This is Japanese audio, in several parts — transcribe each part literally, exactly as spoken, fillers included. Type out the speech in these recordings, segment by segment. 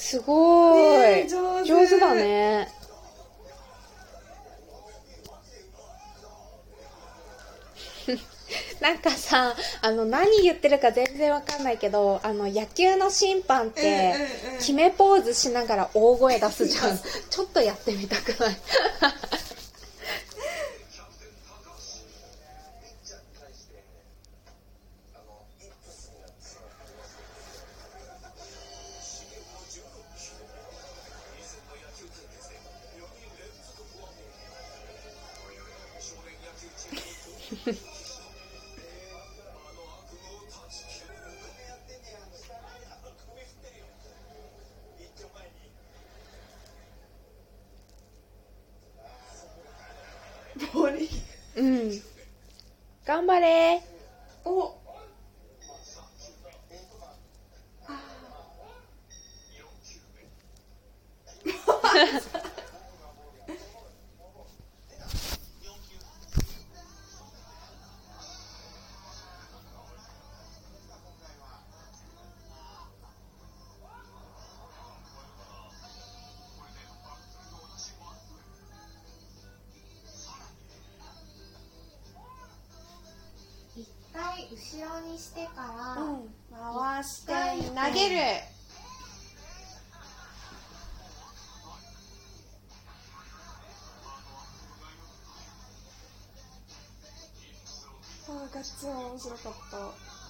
すごい、 ね、上手上手だね。なんかさ、あの何言ってるか全然わかんないけど、あの野球の審判って決めポーズしながら大声出すじゃん。ちょっとやってみたくない？ ボリうん。頑張れ。 お一回後ろにしてから、 うん、回して投げる。あーガッツン面白かった。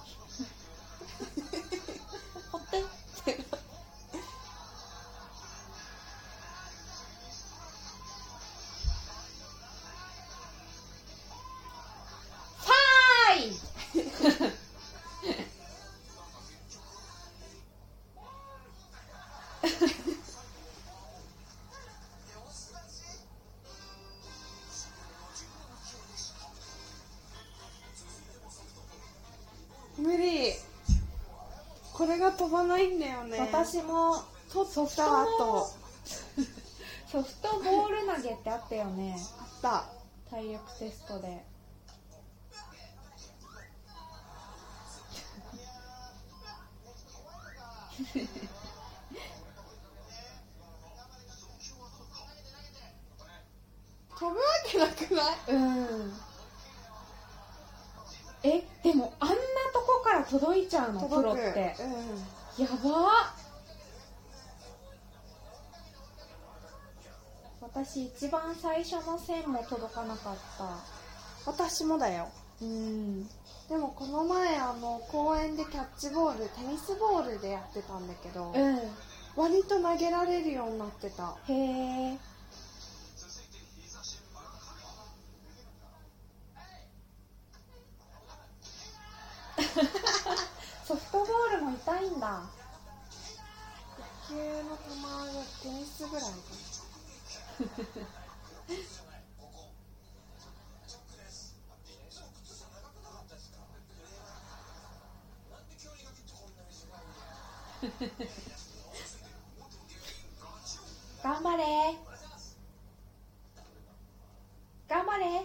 ほってって無理。これが飛ばないんだよね。 私も取った後ソフトボール投げってあったよね。 あった。 体力テストで。 飛ぶわけなくない？ うん。え、でもあんなとこから届いちゃうの？プロって、 うん、 やば。私一番最初の線も届かなかった。 私もだよ。 うん。 でもこの前あの公園でキャッチボール、テニスボールでやってたんだけど、 うん、 割と投げられるようになってた。 へえ。ソフトボールも痛いんだ。 野球の球がテニスぐらいだ。 頑張れ。頑張れ。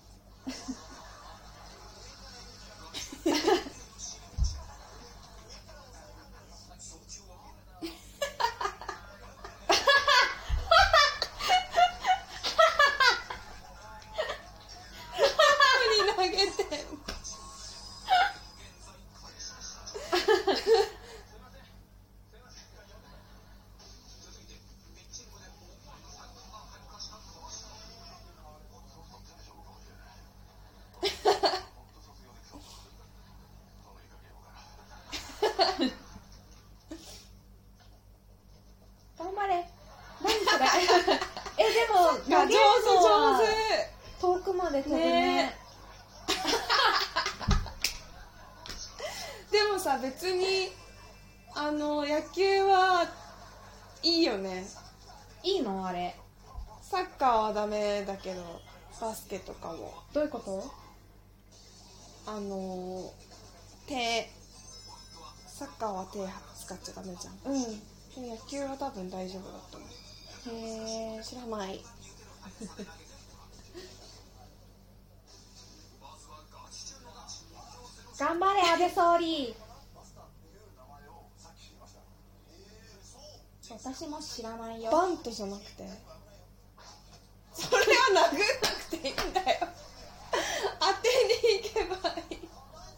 投げて頑張れ。何それ。え、でも投げるの上手は上遠くまで飛ぶ手ね。 ね。でもさ、別にあの野球はいいよね。 いいのあれ。 サッカーはダメだけどバスケとかもどういうこと？ あの手サッカーは手使っちゃダメじゃん。 うん。 で野球は多分大丈夫だと思う。 へえ。 知らない。 頑張れ安倍総理。私私も知らないよ。 バントじゃなくて、それは殴んなくていいんだよ当てに行けばいい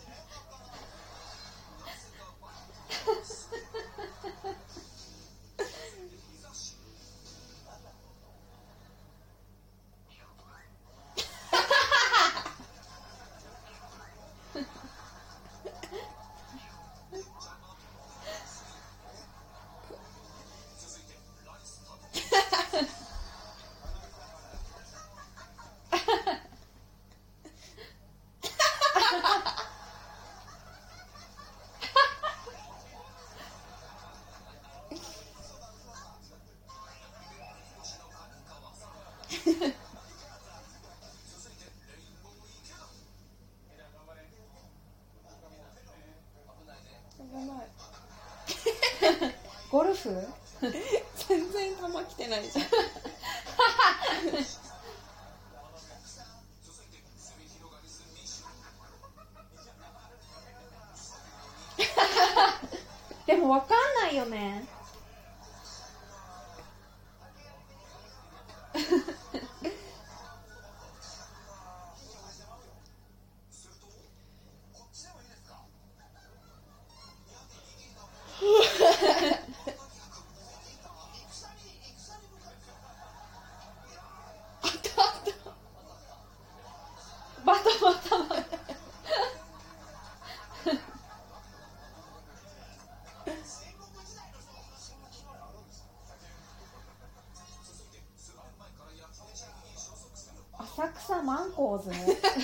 ゴルフ全然球来てないじゃんでもわかんないよねバタバタバタ浅草マンコーズ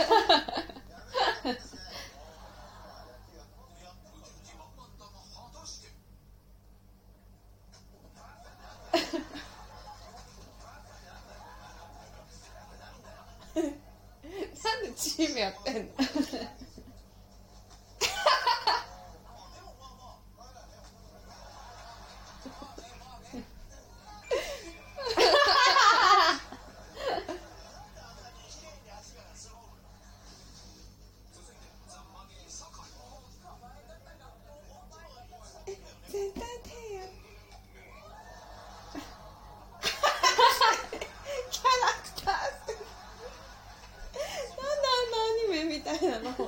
なんでチームやってんの絶対手やキャラクターなんであんなアニメみたいなの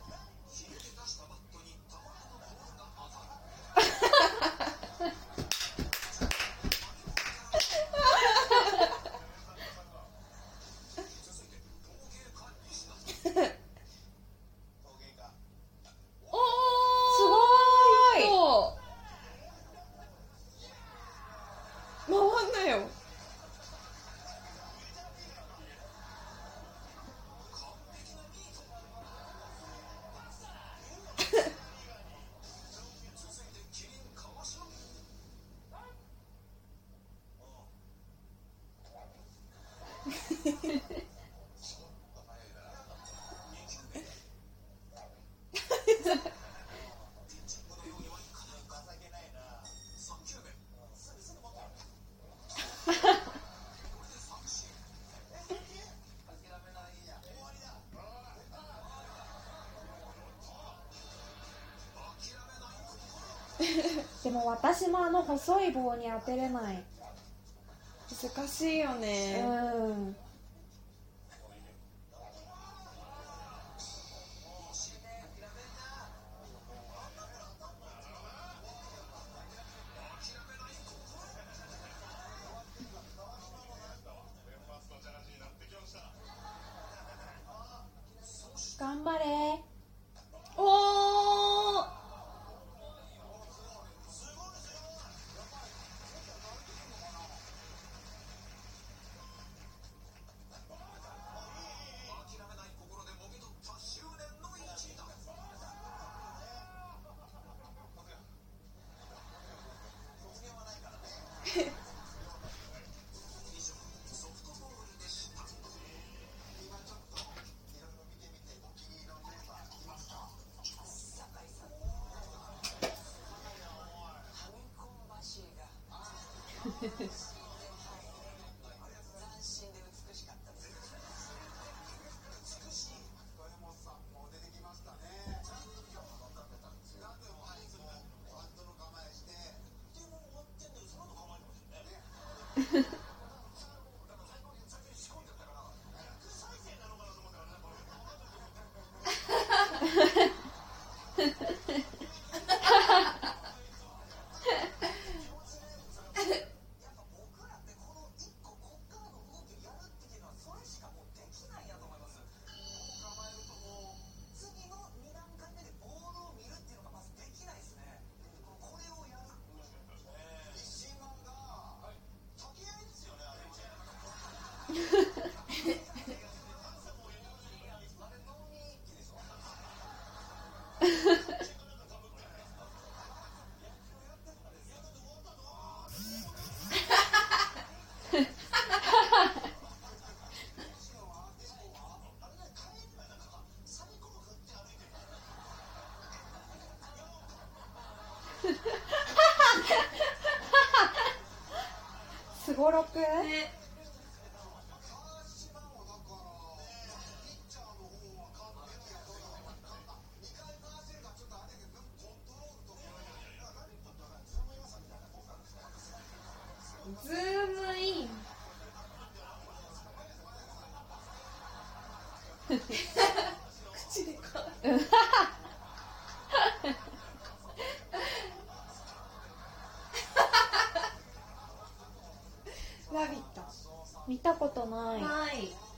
回んなよでも私もあの細い棒に当てれない難しいよねうん頑張れおーすごろく、 ね。ズームイン。口でかラビット見たことない。 はい。